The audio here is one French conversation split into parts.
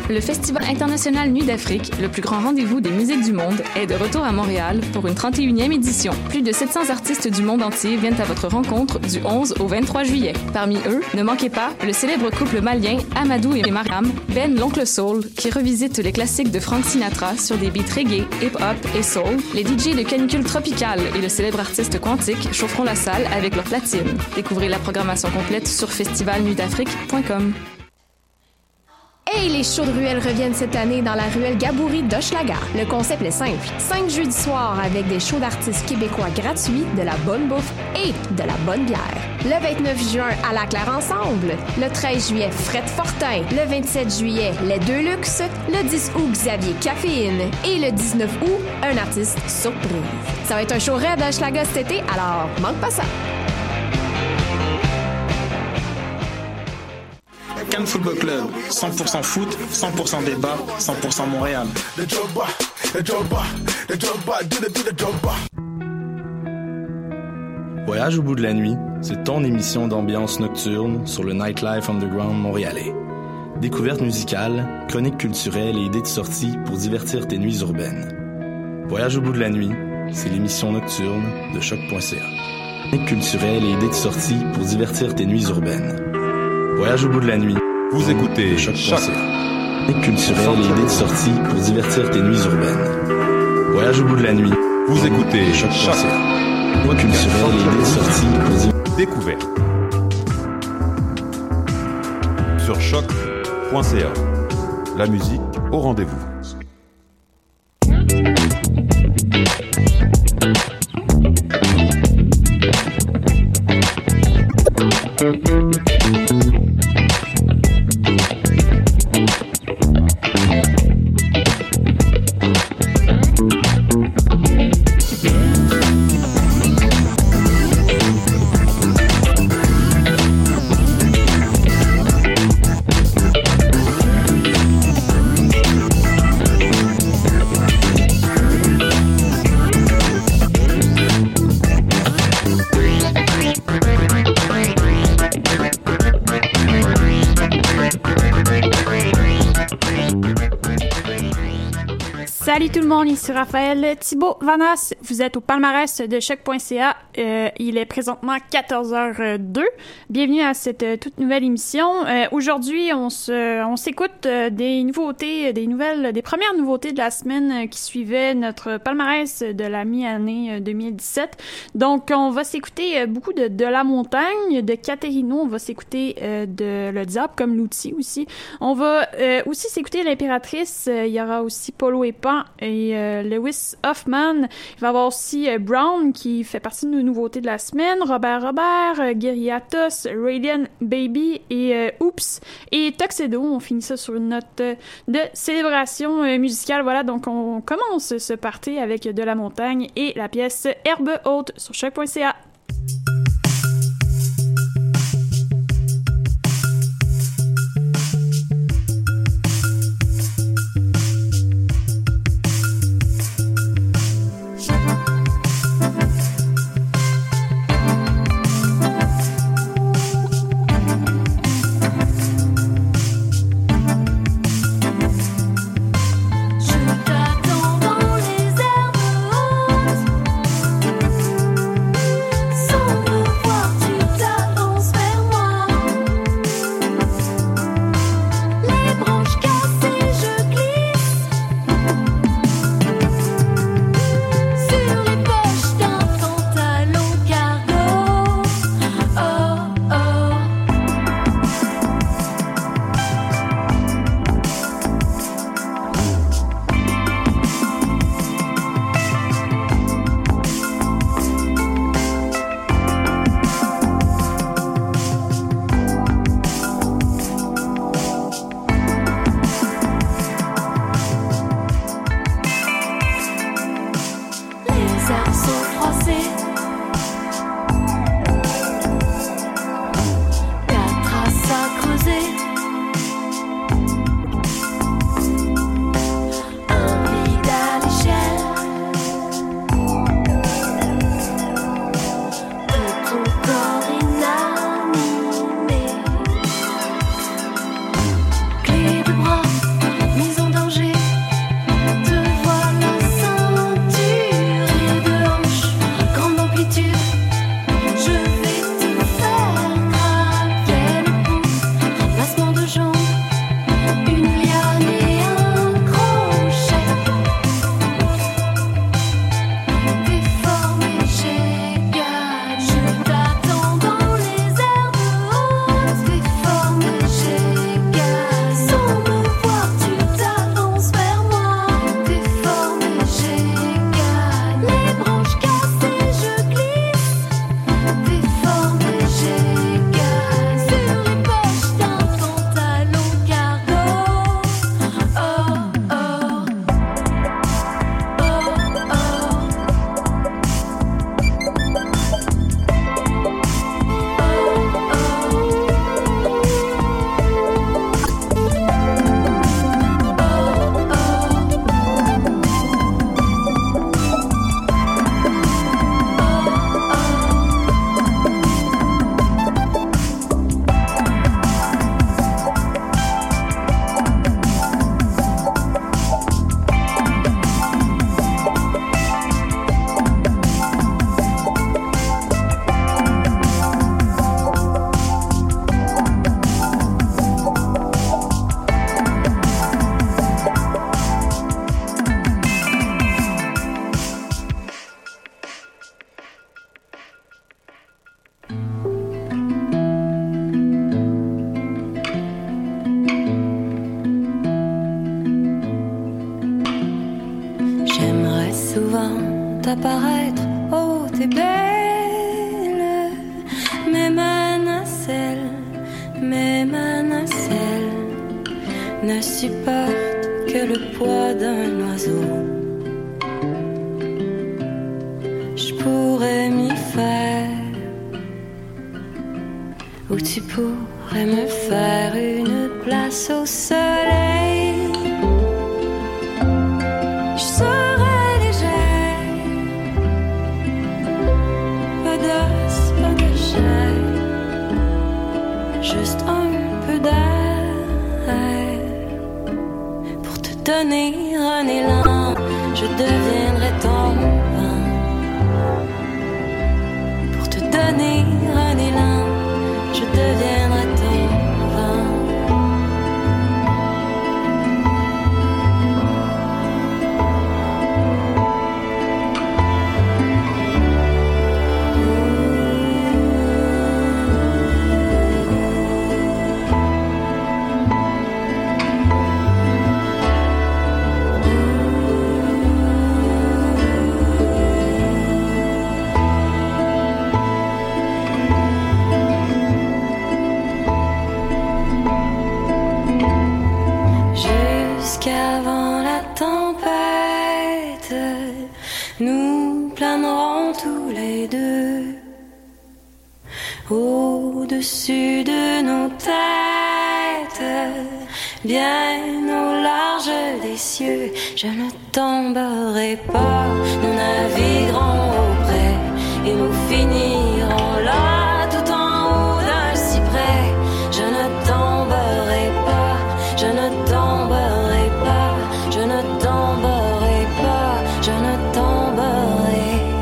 Le Festival international Nuit d'Afrique, le plus grand rendez-vous des musiques du monde, est de retour à Montréal pour une 31e édition. Plus de 700 artistes du monde entier viennent à votre rencontre du 11 au 23 juillet. Parmi eux, ne manquez pas le célèbre couple malien Amadou et Mariam, Ben l'Oncle Soul, qui revisite les classiques de Frank Sinatra sur des beats reggae, hip-hop et soul. Les DJ de Canicule Tropicale et le célèbre artiste Quantique chaufferont la salle avec leur platine. Découvrez la programmation complète sur festivalnuitdafrique.com. Hey, les shows de ruelle reviennent cette année dans la ruelle Gaboury d'Hochelaga. Le concept est simple. 5 jeudis soirs avec des shows d'artistes québécois gratuits, de la bonne bouffe et de la bonne bière. Le 29 juin, à la Claire Ensemble. Le 13 juillet, Fred Fortin. Le 27 juillet, Les Deux Luxe. Le 10 août, Xavier Caféine. Et le 19 août, un artiste surprise. Ça va être un show raide à Hochelaga cet été, alors manque pas ça. Cannes Football Club, 100% foot, 100% débat, 100% Montréal. Voyage au bout de la nuit, c'est ton émission d'ambiance nocturne sur le Nightlife Underground montréalais. Découvertes musicales, chroniques culturelles et idées de sortie pour divertir tes nuits urbaines. Voyage au bout de la nuit, c'est l'émission nocturne de choc.ca. Chroniques culturelles et idées de sortie pour divertir tes nuits urbaines. Voyage au bout de la nuit. Vous écoutez Choc.ca. Chroniques culturelles et idées de sortie pour divertir tes nuits urbaines. Voyage au bout de la nuit. Vous écoutez Choc.ca. Chroniques culturelles et idées de sortie pour Découverte sur choc.ca. La musique au rendez-vous. Salut tout le monde, ici Raphaël Thibault Vanas. Vous êtes au palmarès de choc.ca. Il est présentement 14h02. Bienvenue à cette toute nouvelle émission. Aujourd'hui, on s'écoute des nouveautés, des premières nouveautés de la semaine qui suivait notre palmarès de la mi-année 2017. Donc, on va s'écouter beaucoup de La Montagne, de Caterino. On va s'écouter de Le Diable comme l'outil aussi. On va aussi s'écouter L'Impératrice. Il y aura aussi Polo et Pan et Lewis Hoffman. Il va y avoir aussi Brown qui fait partie de nos nouveautés de la semaine, Robert, Guerriatos, Radiant Baby et Oops et Tuxedo. On finit ça sur une note de célébration musicale. Voilà, donc on commence ce party avec De La Montagne et la pièce Herbe Haute sur choc.ca. Dans les herbes hautes, ne supporte que le poids d'un oiseau. Je pourrais m'y faire, ou tu pourrais me faire une place au soleil. Je serais légère, pas d'os, pas de chair, juste un peu d'air. Pour te donner un élan, je deviendrai ton vent. Pour te donner un élan, je deviendrai ton vent. Jusqu'avant la tempête, nous planerons tous les deux au-dessus de nos têtes, bien au large des cieux. Je ne tomberai pas, nous naviguerons auprès et nous finirons là, tout en haut d'un cyprès. Je ne tomberai pas, je ne tomberai pas, je ne tomberai pas, je ne tomberai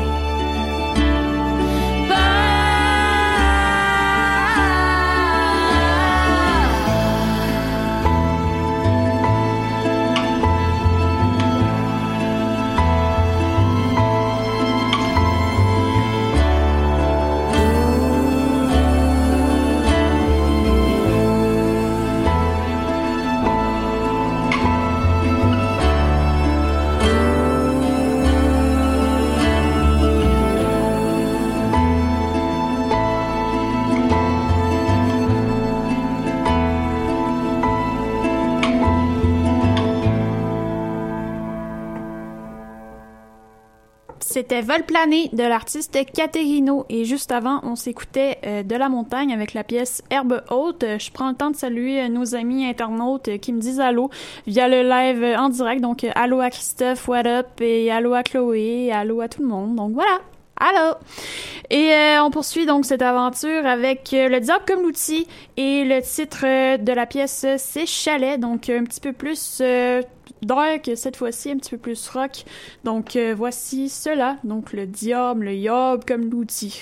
C'était Vol planer de l'artiste Caterino et juste avant, on s'écoutait De la montagne avec la pièce Herbe haute. Je prends le temps de saluer nos amis internautes qui me disent allô via le live en direct. Donc allô à Christophe, what up, et allô à Chloé, allô à tout le monde. Donc voilà. Allô! Et on poursuit donc cette aventure avec le diable comme l'outil et le titre de la pièce c'est Chalet, donc un petit peu plus dark cette fois-ci, un petit peu plus rock. Donc voici cela, donc le diable, le yob comme l'outil.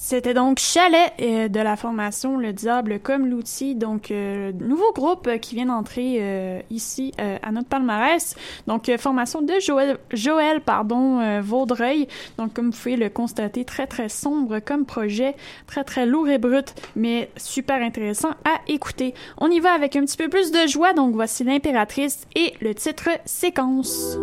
C'était donc Chalet de la formation Le Diable comme l'outil, donc nouveau groupe qui vient d'entrer ici à notre palmarès. Donc formation de Joël Vaudreuil. Donc comme vous pouvez le constater, très très sombre comme projet, très très lourd et brut, mais super intéressant à écouter. On y va avec un petit peu plus de joie, donc voici l'Impératrice et le titre Séquence.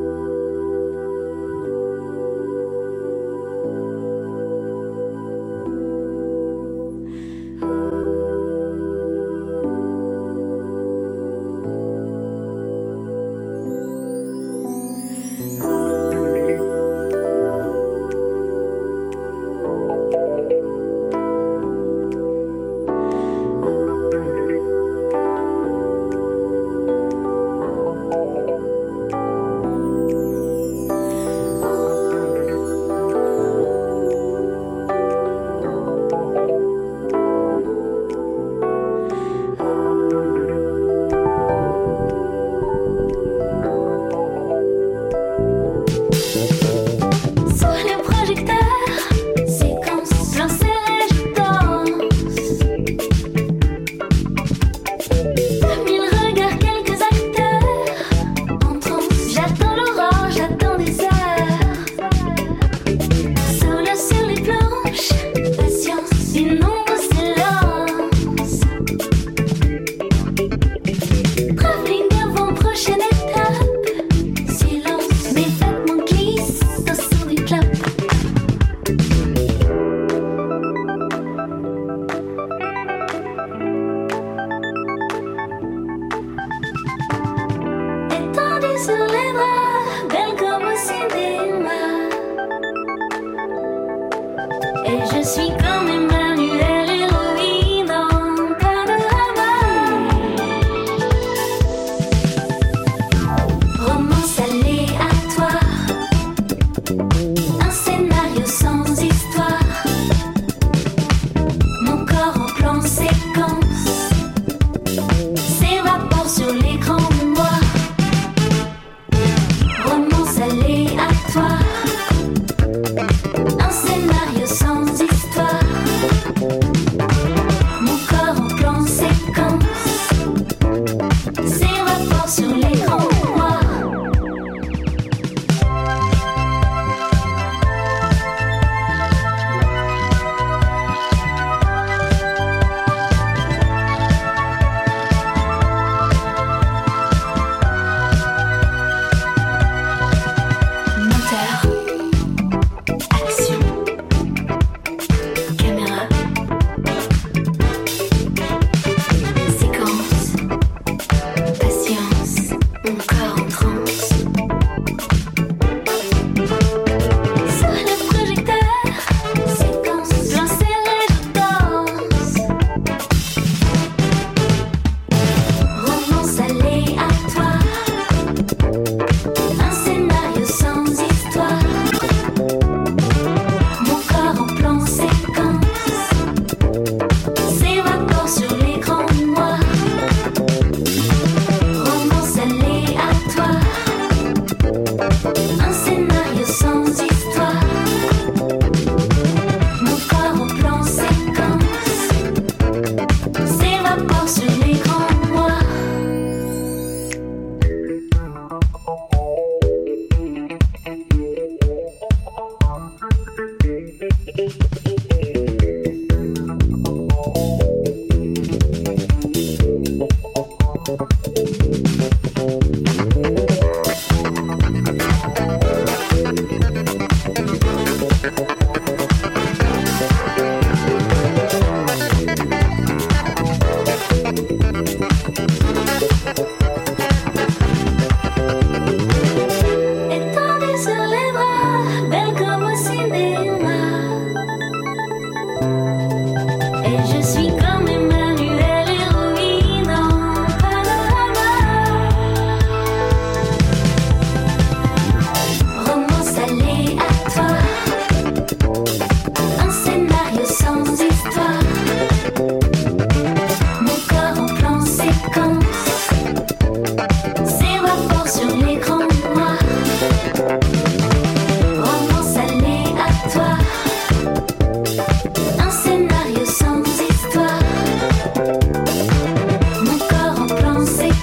Et je suis comme Emmanuel, héroïne en panorama.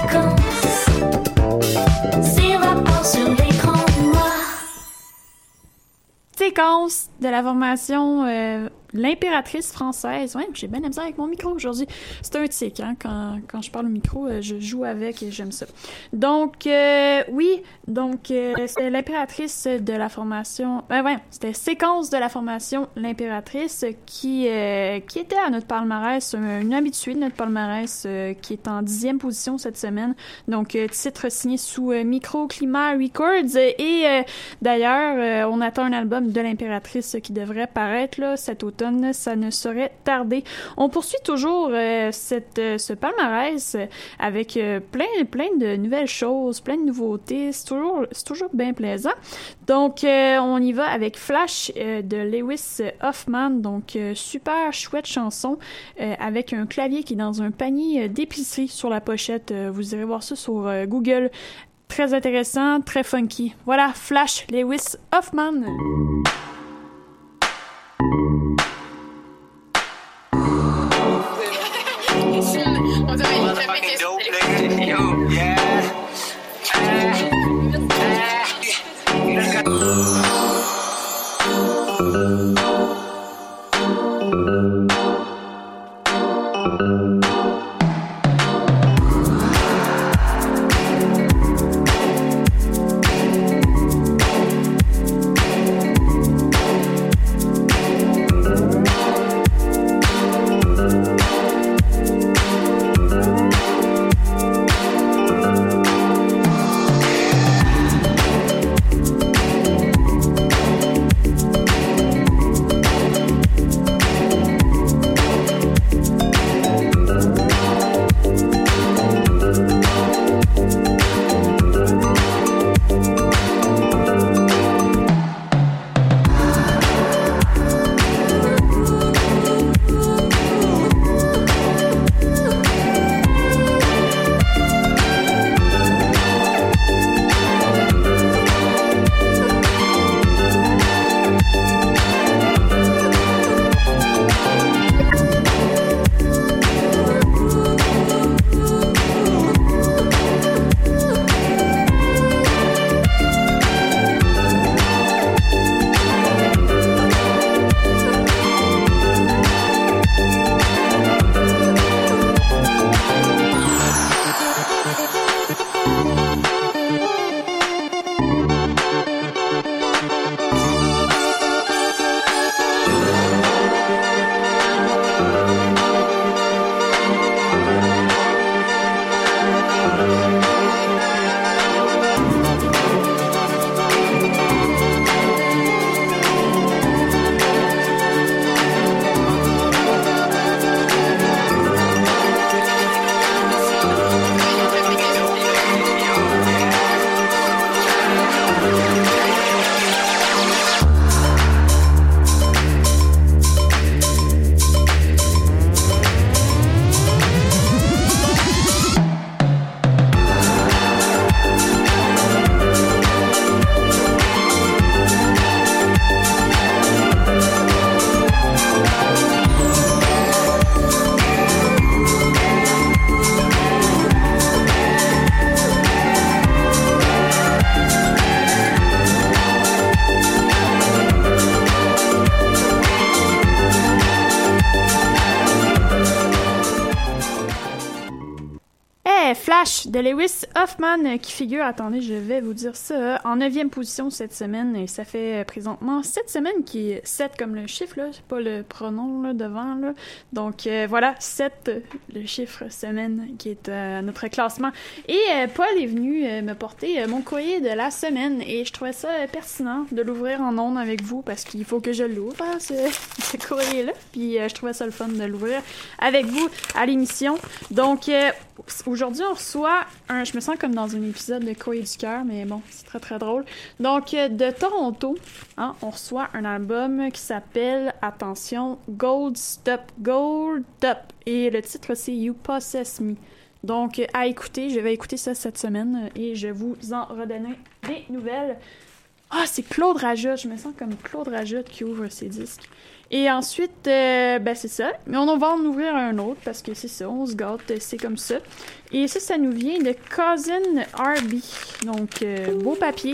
séquence s'évapore sur l'écran noir. Séquence de la formation L'Impératrice française. Ouais, j'ai bien amusé avec mon micro aujourd'hui. C'est un tic, hein, quand je parle au micro, je joue avec et j'aime ça. Donc, c'était l'Impératrice de la formation... c'était Séquence de la formation L'Impératrice qui était à notre palmarès, une habituée de notre palmarès qui est en 10e position cette semaine. Donc, titre signé sous Microclimat Records. Et d'ailleurs, on attend un album de l'Impératrice qui devrait paraître là, cet automne. Ça ne saurait tarder. On poursuit toujours ce palmarès avec plein de nouvelles choses, plein de nouveautés. C'est toujours bien plaisant. Donc, on y va avec Flash de Lewis Hoffman. Donc, super chouette chanson avec un clavier qui est dans un panier d'épicerie sur la pochette. Vous irez voir ça sur Google. Très intéressant, très funky. Voilà, Flash, Lewis Hoffman. Flash de Lewis Hoffman qui figure, attendez, je vais vous dire ça, en 9e position cette semaine, et ça fait présentement 7 semaines qui est 7 comme le chiffre, là, c'est pas le pronom là, devant, là. Donc voilà, 7, le chiffre semaine qui est notre classement. Et Paul est venu me porter mon courrier de la semaine, et je trouvais ça pertinent de l'ouvrir en ondes avec vous, parce qu'il faut que je l'ouvre, hein, ce courrier-là, puis je trouvais ça le fun de l'ouvrir avec vous à l'émission. Donc aujourd'hui, on reçoit je me sens comme dans un épisode de Courrier du cœur, mais bon, c'est très très drôle. Donc, de Toronto, hein, on reçoit un album qui s'appelle, attention, Gold Up. Et le titre, c'est You Possess Me. Donc, à écouter, je vais écouter ça cette semaine et je vous en redonner des nouvelles. Ah, c'est Claude Rajotte. Je me sens comme Claude Rajotte qui ouvre ses disques. Et ensuite, ben c'est ça. Mais on va en ouvrir un autre parce que c'est ça, on se gâte, c'est comme ça. Et ça nous vient de Cousin RB. Donc, beau papier.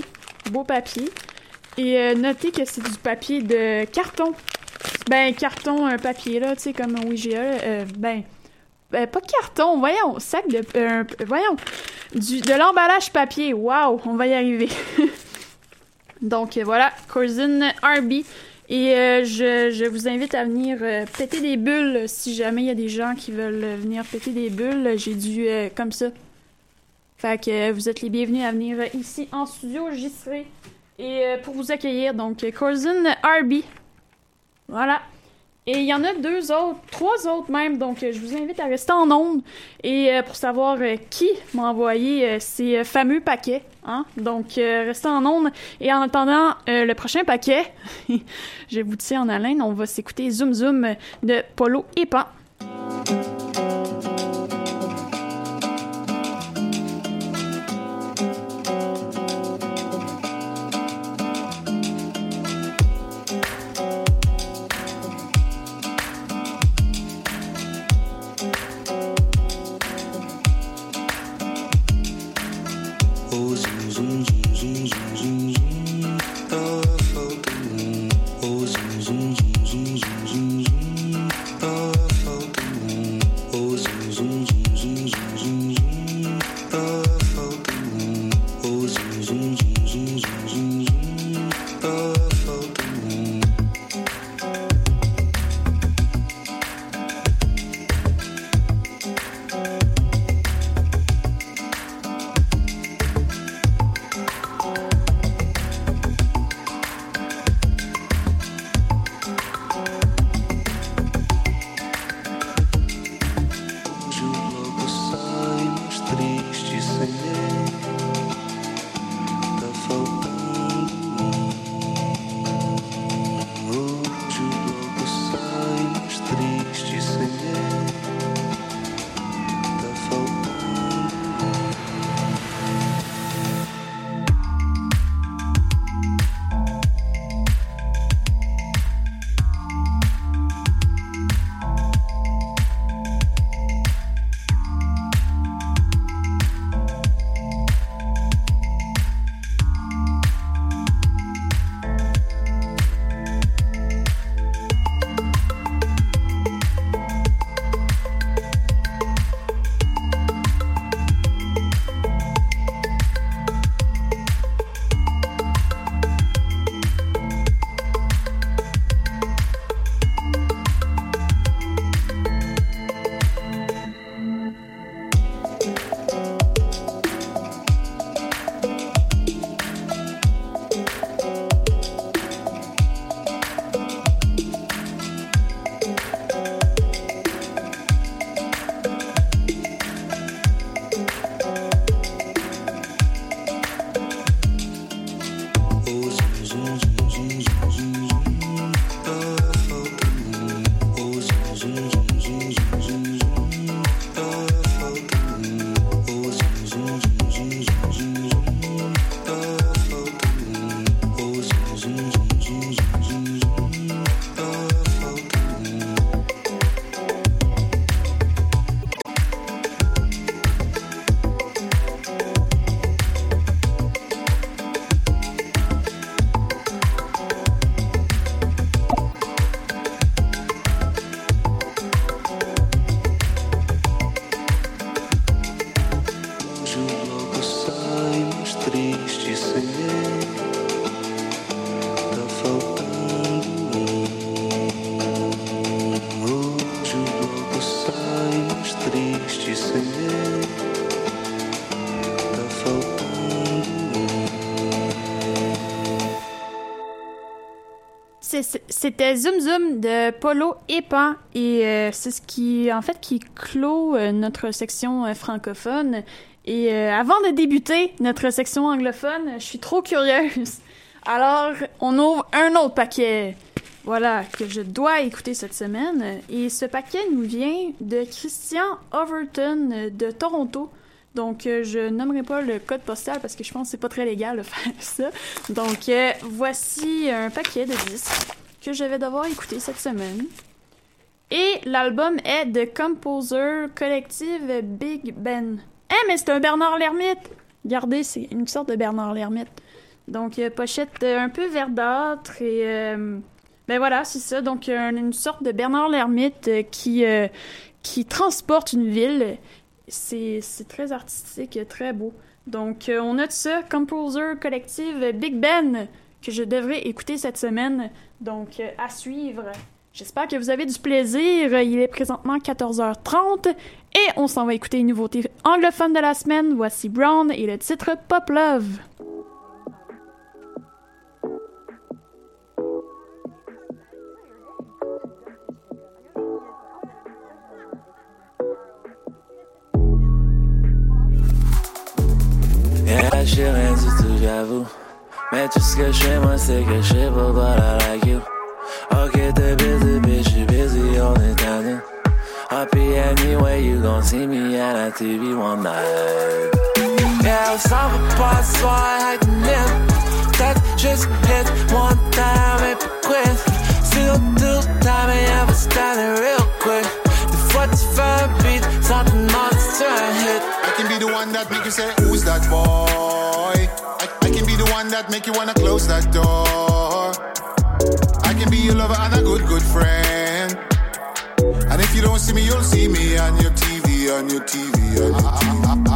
Et notez que c'est du papier de carton. Ben, carton, un papier, là, tu sais, comme un WGA. Pas carton, voyons, sac de... voyons, de l'emballage papier. Wow, on va y arriver. Donc, voilà, Cousin RB. Et je vous invite à venir péter des bulles si jamais il y a des gens qui veulent venir péter des bulles. J'ai dû comme ça. Fait que vous êtes les bienvenus à venir ici en studio, j'y serai. Et pour vous accueillir, donc Cousin RB. Voilà. Et il y en a 3 autres même, donc je vous invite à rester en onde et pour savoir qui m'a envoyé ces fameux paquets. Hein? Donc restez en onde et en attendant le prochain paquet, je vous tiens en haleine, on va s'écouter Zoom Zoom de Polo et Pan. C'était Zoom Zoom de Polo et Pan et c'est ce qui clôt notre section francophone. Et avant de débuter notre section anglophone, je suis trop curieuse. Alors, on ouvre un autre paquet. Voilà, que je dois écouter cette semaine. Et ce paquet nous vient de Christian Overton de Toronto. Donc, je nommerai pas le code postal parce que je pense que c'est pas très légal de faire ça. Donc, voici un paquet de disques que je vais devoir écouter cette semaine. Et l'album est de Composer Collective Big Ben. Mais c'est un Bernard Lhermitte! Regardez, c'est une sorte de Bernard Lhermitte. Donc, pochette un peu verdâtre et... ben voilà, c'est ça. Donc, une sorte de Bernard Lhermitte qui transporte une ville. C'est très artistique, très beau. Donc, on a de ça, Composer Collective Big Ben, que je devrais écouter cette semaine. Donc, à suivre. J'espère que vous avez du plaisir. Il est présentement 14h30 et on s'en va écouter une nouveauté anglophone de la semaine. Voici Brown et le titre Pop Love. Yeah, j'ai rien du tout, j'avoue. Mais tout ce que je fais, moi, c'est que je sais pas, but I like you. Ok, t'es busy, bitch, you busy, on est tanné. Happy anyway, you gon' see me at la TV one night. Yeah, ça va pas ce soir avec une nip. Peut-être juste hit one time et puis quit. Still do time et y'a pas standing real quick. Des fois tu fais un beat, something else to a hit. I can be the one that make you say, who's that boy? I can be the one that make you wanna close that door. I can be your lover and a good friend. And if you don't see me, you'll see me on your TV, on your TV, on your TV.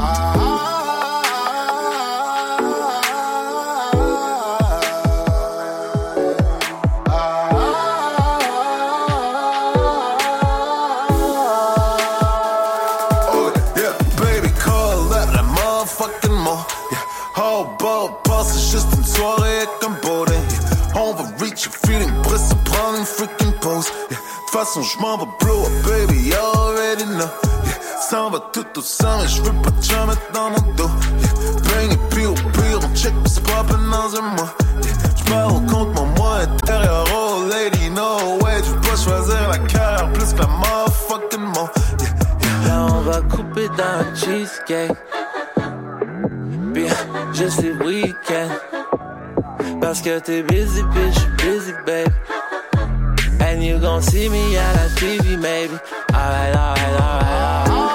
Oh yeah, baby, call that la motherfucking mot. Yeah, oh, boss, c'est juste une soirée avec un bordel. On va reach a feeling, prêt à prendre une freaking pause. Yeah. De toute façon, j'm'en vais blow up, baby, you already know. Yeah. Ça va tout au sang, mais j'veux pas te mettre dans mon dos. Yeah. Bring it, puis au pire, on check, c'est poppin' dans un mois. Yeah. J'pars au compte, mon moi intérieur, oh lady, no way. Tu peux choisir la carrière plus que la motherfucking mort. Yeah. Yeah. Là, on va couper dans un cheesecake. Bien, juste les week-ends. Parce que t'es busy, bitch, busy, babe. And you gon' see me at la TV, maybe. Alright, alright, alright, alright.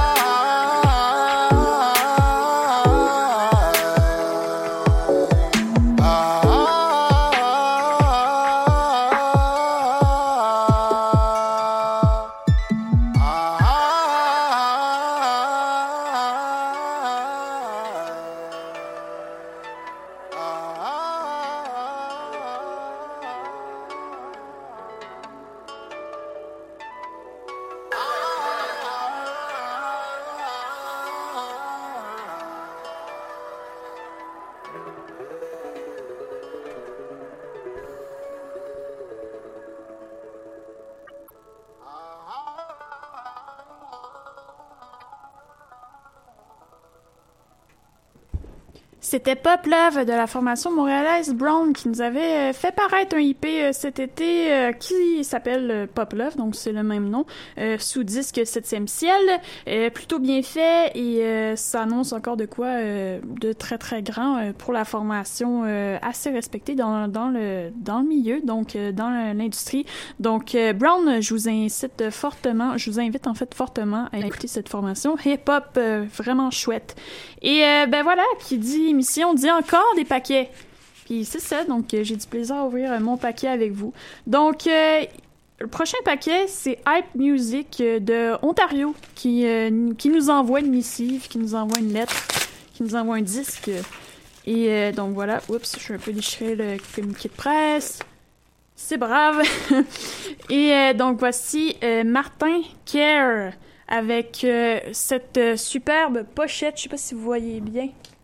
C'était Pop Love de la formation montréalaise Brown qui nous avait fait paraître un EP cet été qui s'appelle Pop Love, donc c'est le même nom, sous disque 7e ciel, plutôt bien fait et ça annonce encore de quoi de très très grand pour la formation assez respectée dans le milieu, donc dans l'industrie. Donc Brown, je vous invite fortement à écouter cette formation hip-hop vraiment chouette. Et ben voilà, qui dit émission dit encore des paquets. Puis c'est ça, donc j'ai du plaisir à ouvrir mon paquet avec vous. Donc le prochain paquet, c'est Hype Music de Ontario qui nous envoie une missive, qui nous envoie une lettre, qui nous envoie un disque. Et donc voilà, oups, je suis un peu déchiré le communiqué de presse. C'est brave. Et donc voici Martin Kerr avec cette superbe pochette, je sais pas si vous voyez bien.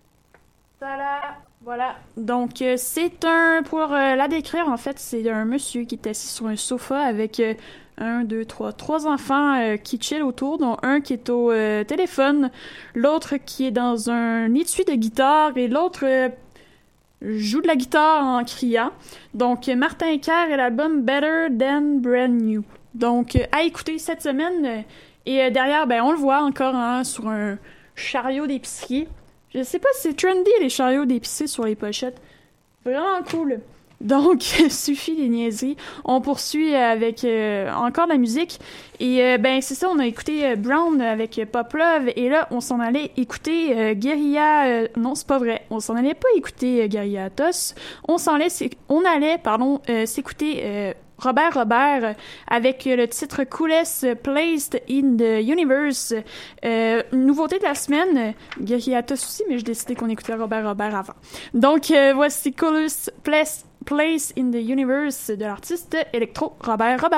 Voilà. Donc, c'est pour la décrire, en fait, c'est un monsieur qui est assis sur un sofa avec trois enfants qui chillent autour, dont un qui est au téléphone, l'autre qui est dans un étui de guitare et l'autre joue de la guitare en criant. Donc, Martin Kerr et l'album Better Than Brand New. Donc, à écouter cette semaine. Et derrière, ben, on le voit encore sur un chariot d'épicerie. Je sais pas si c'est trendy, les chariots d'épicerie sur les pochettes. Vraiment cool. Donc, suffit des niaiseries. On poursuit avec encore de la musique. Et ben c'est ça, on a écouté Brown avec Pop Love. Et là, on s'en allait écouter Guerilla... non, c'est pas vrai. On s'en allait pas écouter Guerilla Atos. On allait s'écouter... Robert avec le titre Coolest Placed in the Universe. Nouveauté de la semaine, Guerilla Atos aussi, mais j'ai décidé qu'on écoutait Robert avant. Donc voici Coolest Place in the Universe de l'artiste électro Robert.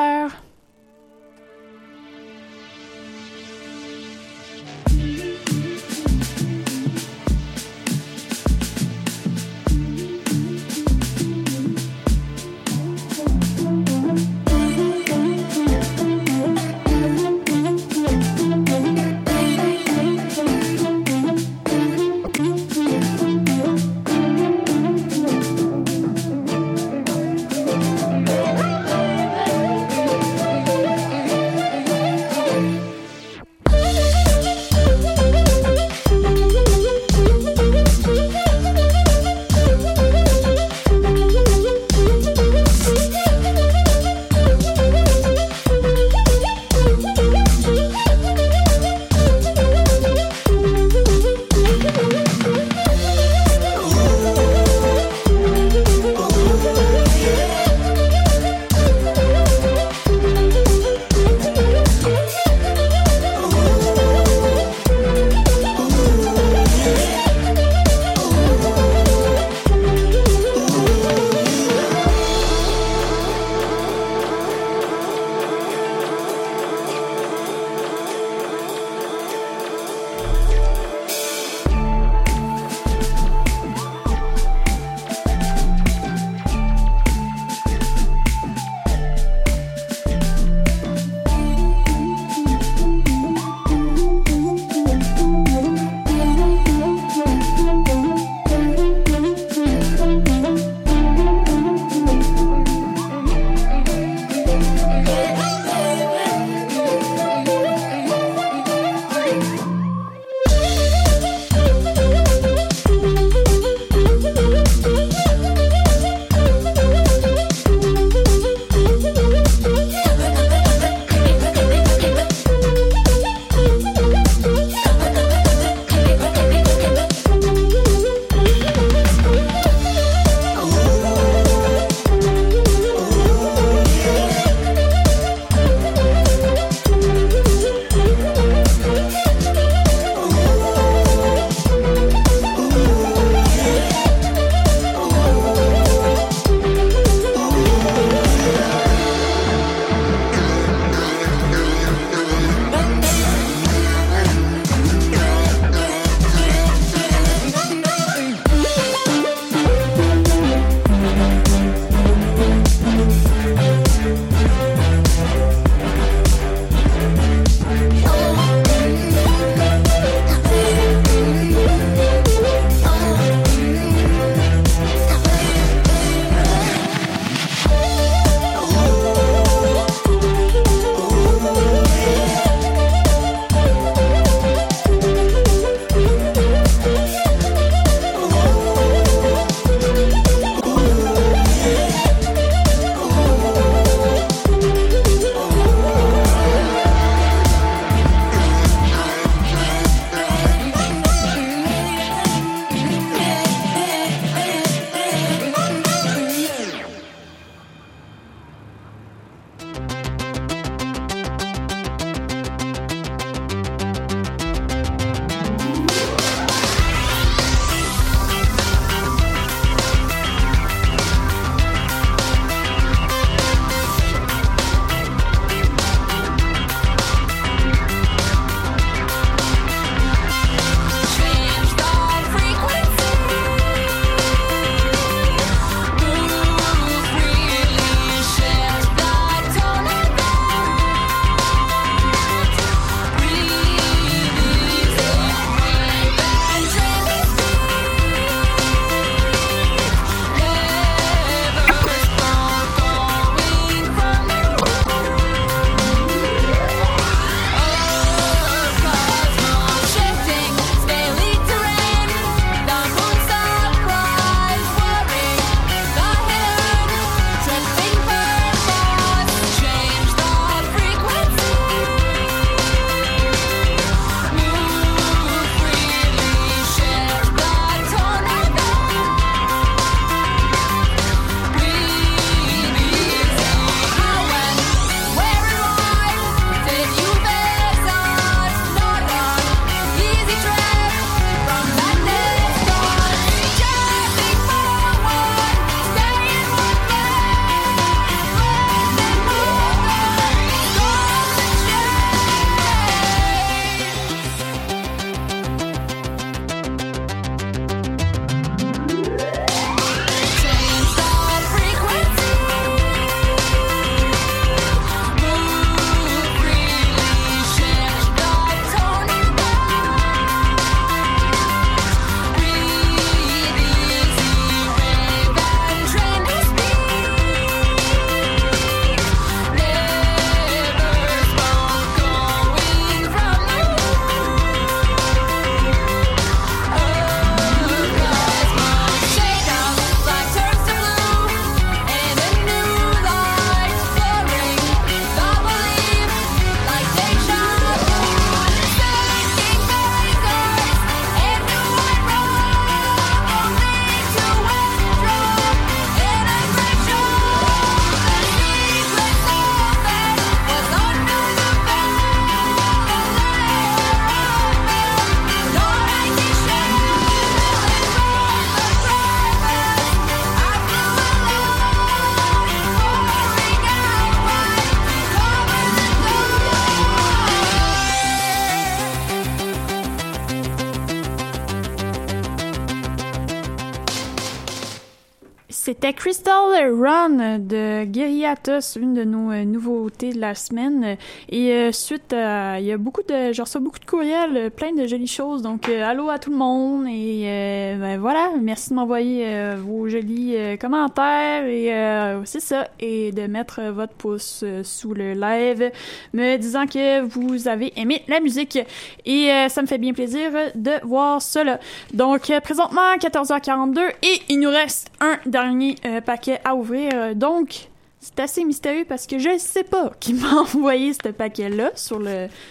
C'était Crystal Run de Guerillatos, une de nos nouveautés de la semaine. Et suite à... Il y a beaucoup de... Je reçois beaucoup de courriels, plein de jolies choses. Donc, allô à tout le monde. Et ben voilà, merci de m'envoyer vos jolis commentaires. Et c'est ça. Et de mettre votre pouce sous le live, me disant que vous avez aimé la musique. Et ça me fait bien plaisir de voir cela. Donc, présentement, 14h42. Et il nous reste un dernier paquet à ouvrir. Donc, c'est assez mystérieux parce que je ne sais pas qui m'a envoyé ce paquet-là sur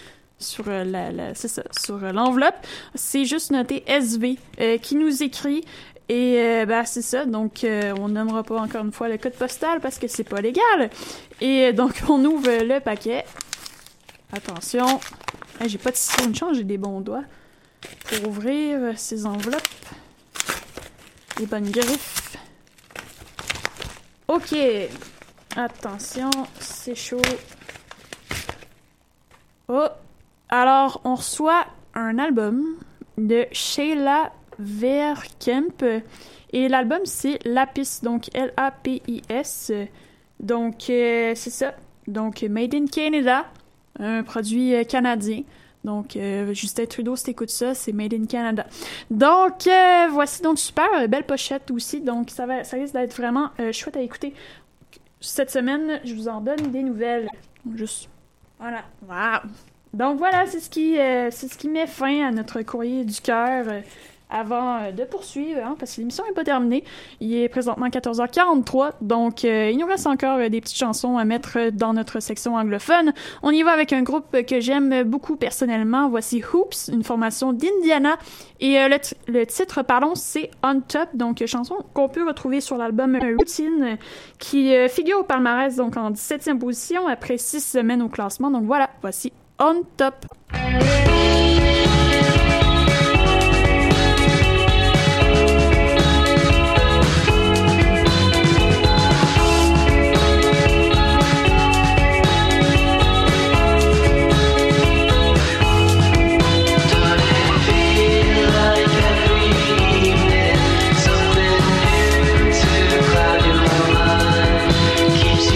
l'enveloppe. C'est juste noté SV qui nous écrit. Et ben c'est ça. Donc, on nommera pas encore une fois le code postal parce que c'est pas légal. Et donc, on ouvre le paquet. Attention. J'ai pas de ciseaux de change, j'ai des bons doigts pour ouvrir ces enveloppes. Les bonnes griffes. Ok, attention, c'est chaud. Oh, alors on reçoit un album de Sheila Verkemp et l'album c'est Lapis, donc L-A-P-I-S. Donc c'est ça, donc Made in Canada, un produit canadien. Donc, Justin Trudeau, si t'écoutes ça, c'est Made in Canada. Donc, voici donc super belle pochette aussi. Donc, ça risque d'être vraiment chouette à écouter. Cette semaine, je vous en donne des nouvelles. Juste, voilà. Wow. Donc, voilà, c'est ce qui met fin à notre courrier du cœur avant de poursuivre, hein, parce que l'émission n'est pas terminée. Il est présentement 14h43, donc il nous reste encore des petites chansons à mettre dans notre section anglophone. On y va avec un groupe que j'aime beaucoup personnellement. Voici Hoops, une formation d'Indiana. Et le titre, c'est On Top, donc chanson qu'on peut retrouver sur l'album Routine, qui figure au palmarès donc en 17e position après 6 semaines au classement. Donc voilà, voici On Top.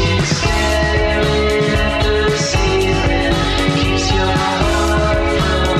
Staring at the ceiling, keeps your heart from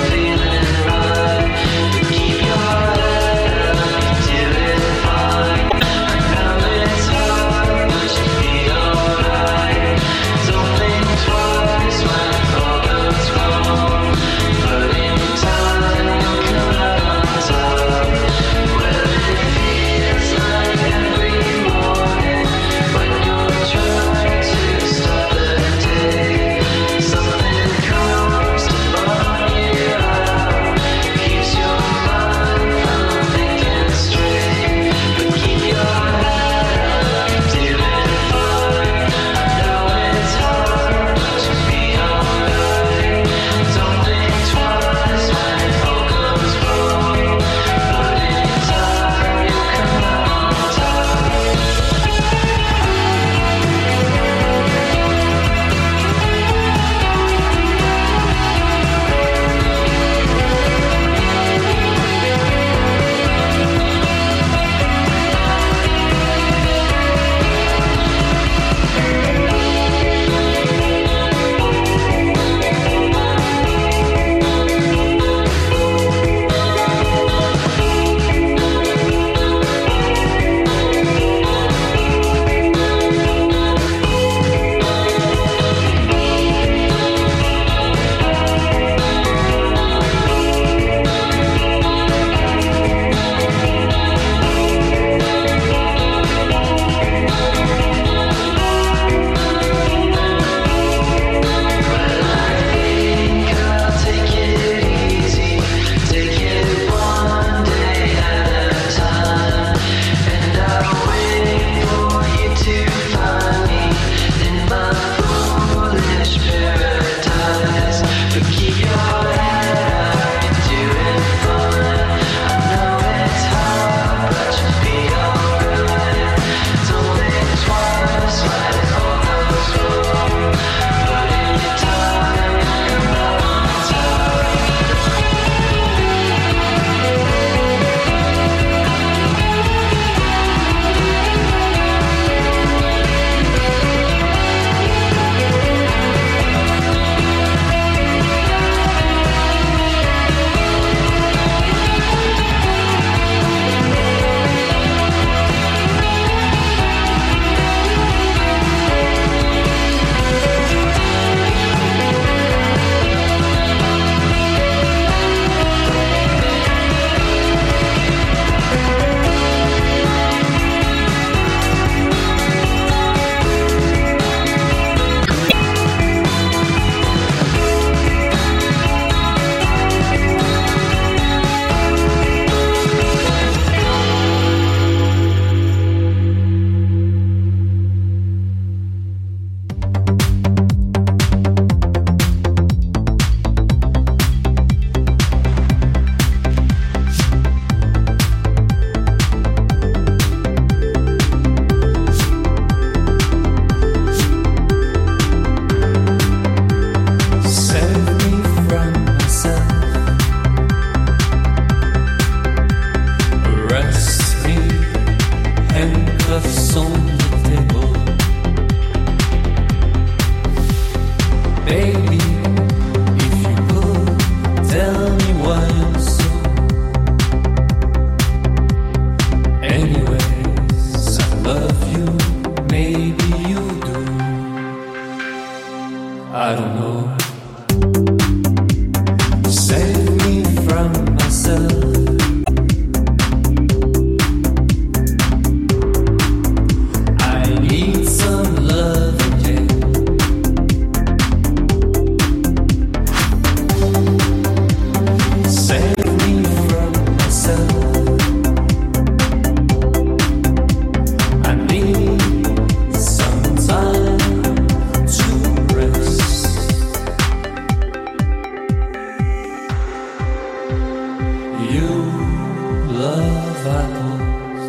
of apples.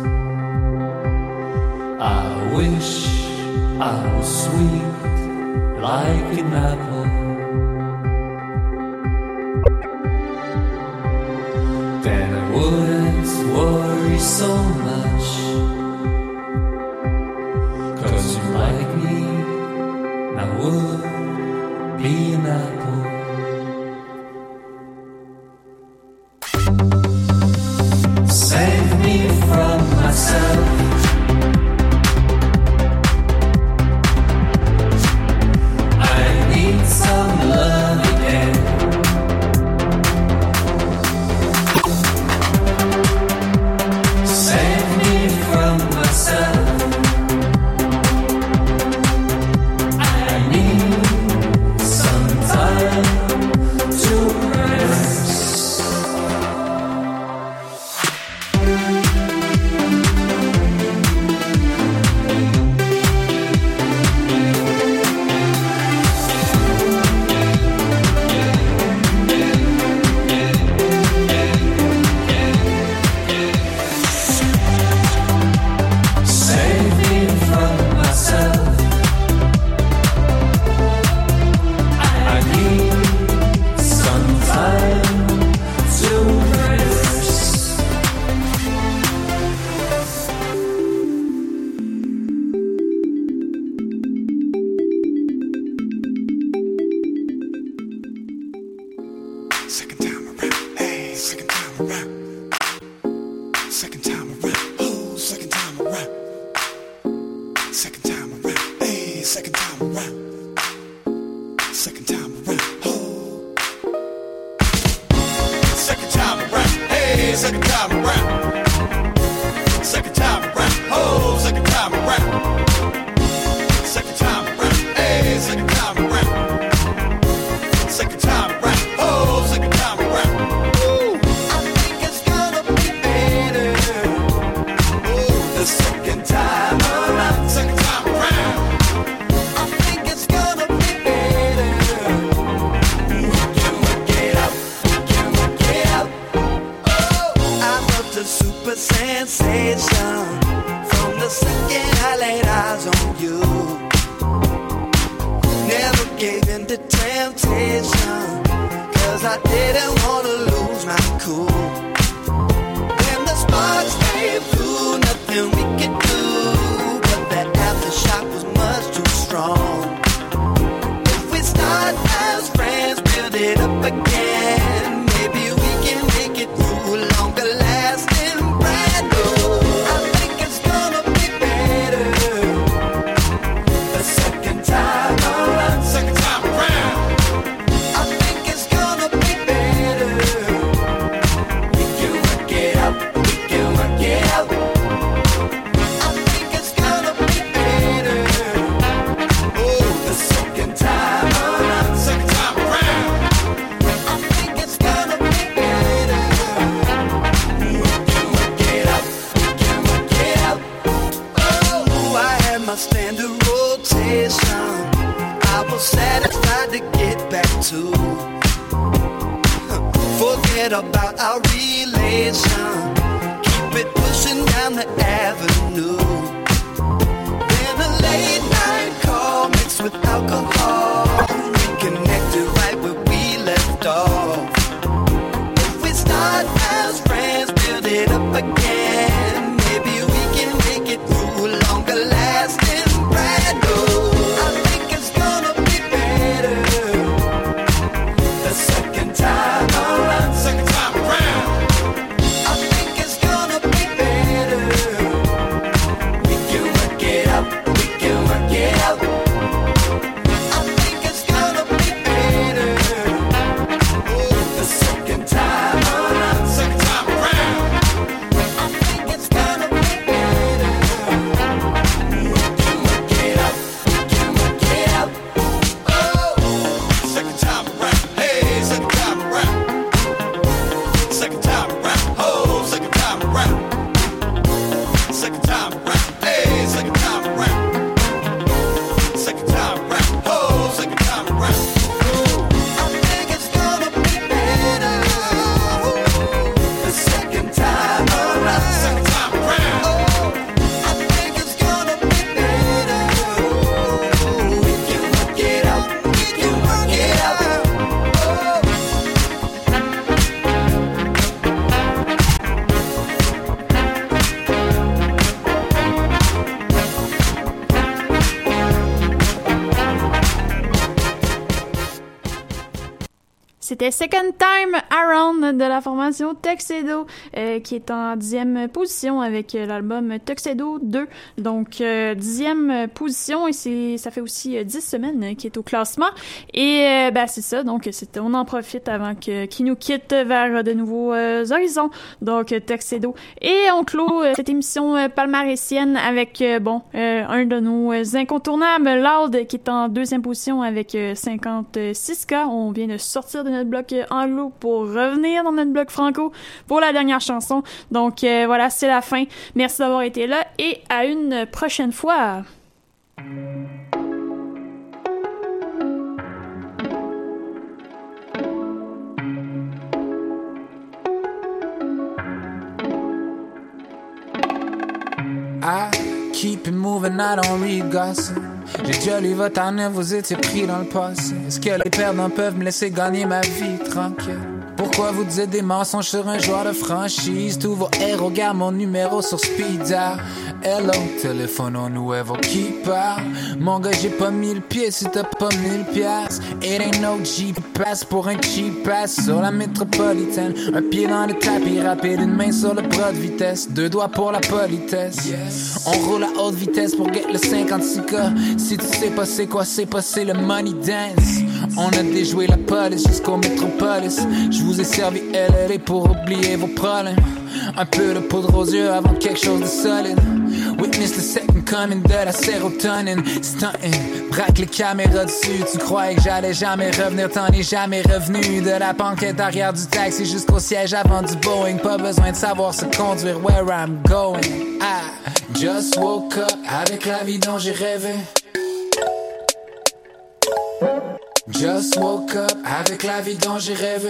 I wish I was sweet like an apple. Then I wouldn't worry so much. 'Cause you like me, and I would be an apple. Save me from myself. I need some love again. Save me from myself. I need some time to rest. Save me from myself. I need some time to rest. Second time around, hey, second time around. Second time around, oh, second time around. Second time around, hey, second time around. Second time around, oh. Second time around, hey, second time around. Second time around, oh, second time around. Second time around, hey, second time around. Second time around, oh, second time around. Ooh, I think it's gonna be better. Oh, the second time around, second time around. I think it's gonna be better. Work it out, work it out. Oh, I love the super sensation from the second I laid eyes on you. Never gave in to temptation, 'cause I didn't wanna lose my cool. When the sparks came through, nothing we could do, but that aftershock was much too strong. If we start as friends, build it up again, maybe we can make it through longer lasting brand new. I think it's gonna be better the second time around, second time around. I think it's gonna be better. We can work it out, we can work it out. I think it's gonna be better. Oh, the second time around, second time around. I think it's gonna be better. We can work it out, we can work it out. Oh, I had my standard rotation. I was satisfied to get back to. Forget about our relation. Keep it pushing down the avenue. Then a late night call mixed with alcohol. Reconnected right where we left off. If we start as friends, build it up again, maybe we can make it through longer lasting brand new. I think it's gonna be better the second time around, second time around. I think it's gonna be better. We can work it out, we can work it out. I think it's gonna be better. Oh, the second time around, second time around. I C'était Second Time Around de la formation Tuxedo, qui est en 10e position avec l'album Tuxedo 2. Donc, 10e position, et ça fait aussi 10 semaines qu'il est au classement. Et c'est ça, donc on en profite avant qu'il nous quitte vers de nouveaux horizons. Donc, Tuxedo. Et on clôt cette émission palmarésienne avec, un de nos incontournables, Loud, qui est en 2e position avec 56K. On vient de sortir de notre bloc anglo pour revenir dans notre bloc franco pour la dernière chanson. Donc voilà, c'est la fin. Merci d'avoir été là et à une prochaine fois. I keep it moving, I don't read gossip. J'ai déjà lu votre année, vous étiez pris dans le passé. Est-ce que les perdants peuvent me laisser gagner ma vie tranquille? Pourquoi vous dites des mensonges sur un joueur de franchise? Tous vos héros gardent mon numéro sur speed dial. Hello, téléphone au nouveau qui parle. Mon gars, j'ai pas 1000 pieds si t'as pas 1000 piastres. It ain't no Jeep pass pour un cheap pass sur la métropolitaine. Un pied dans le tapis rapide, une main sur le bras de vitesse. 2 doigts pour la politesse. Yes. On roule à haute vitesse pour get le 56K. Si tu sais pas c'est quoi, c'est pas c'est le money dance. On a déjoué la police jusqu'au métropolis. Je vous ai servi LLA pour oublier vos problèmes. Un peu de poudre aux yeux avant quelque chose de solide. Witness the second coming de la sérotonine. Stuntin', braque les caméras dessus. Tu croyais que j'allais jamais revenir, t'en es jamais revenu. De la banquette arrière du taxi jusqu'au siège avant du Boeing. Pas besoin de savoir se conduire where I'm going. I just woke up avec la vie dont j'ai rêvé. Just woke up avec la vie dont j'ai rêvé.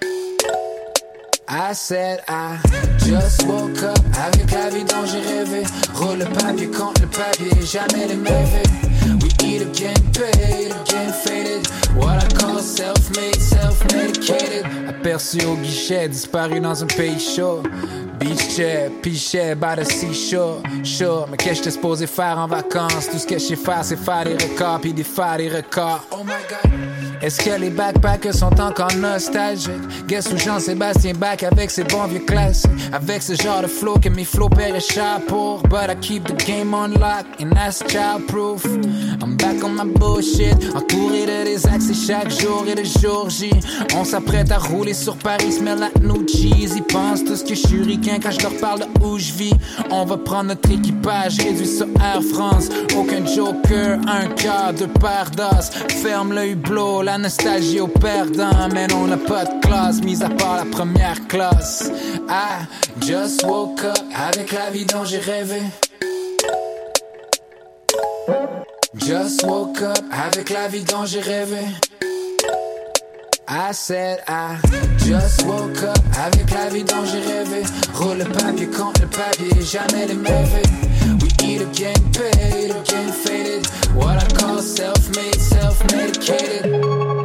I said I just woke up avec la vie dont j'ai rêvé. Roule le papier contre le papier, jamais les mauvais. We eat again, paid again, faded. What I call self-made, self-medicated. Aperçu au guichet, disparu dans un pays chaud. Beach chair, pichet, by the seashore. Sure, mais qu'est-ce que j'étais supposé faire en vacances? Tout ce que je sais faire, c'est faire des records puis défaire des records. Oh my God. Est-ce que les backpackers sont encore nostalgiques? Guess où Jean-Sébastien back avec ses bons vieux classiques. Avec ce genre de flow que mes flows paieraient cher pour. But I keep the game on lock and that's child-proof. I'm back on my bullshit, entouré de des accès chaque jour et de jour J. On s'apprête à rouler sur Paris, smell like new cheese. Ils pensent tous que je suis ricain quand je leur parle de où je vis. On va prendre notre équipage, réduit sur Air France. Aucun joker, un cœur, 2 paires d'os. Ferme le hublot, la nostalgie au perdant. Mais on n'a pas de classe, mis à part la première classe. I just woke up avec la vie dont j'ai rêvé. Just woke up avec la vie dont j'ai rêvé. I said I just woke up avec la vie dont j'ai rêvé. Roule le papier contre le papier, jamais les mauvais. We eat again, paid again, faded. What I call self-made, self-medicated.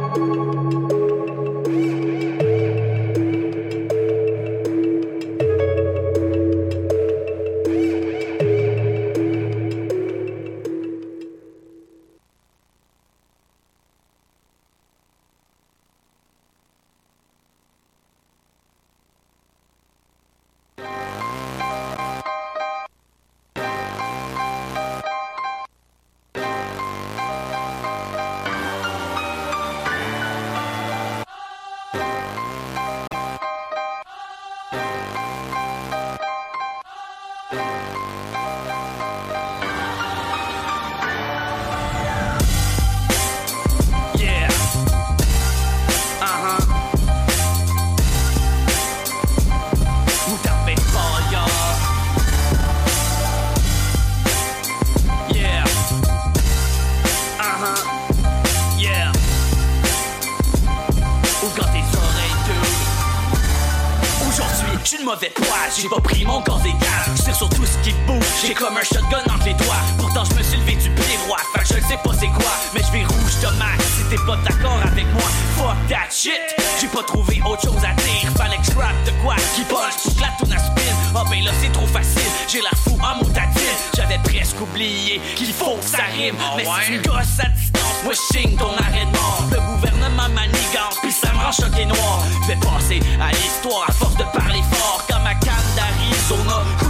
J'ai pas pris mon corps des gars, je tire sur tout ce qui bouge. J'ai comme un shotgun entre les doigts. Pourtant je me suis levé du pied droit. Fait que je ne sais pas c'est quoi, mais je vais rouge tomate. Si t'es pas d'accord avec moi, fuck that shit. J'ai pas trouvé autre chose à dire. Fallait que je rappe de quoi qui punch pour que la toune à spin. Ah ben là c'est trop facile, j'ai l'air fou en motadine. J'avais presque oublié qu'il faut que ça rime. Mais si tu me gosses à distance, sentence, moi je signe ton arrêt de mort. Le gouvernement manigance, puis ça me rend choqué noir. Je vais passer à l'histoire à force de parler fort. Comme ma canne d'Arizona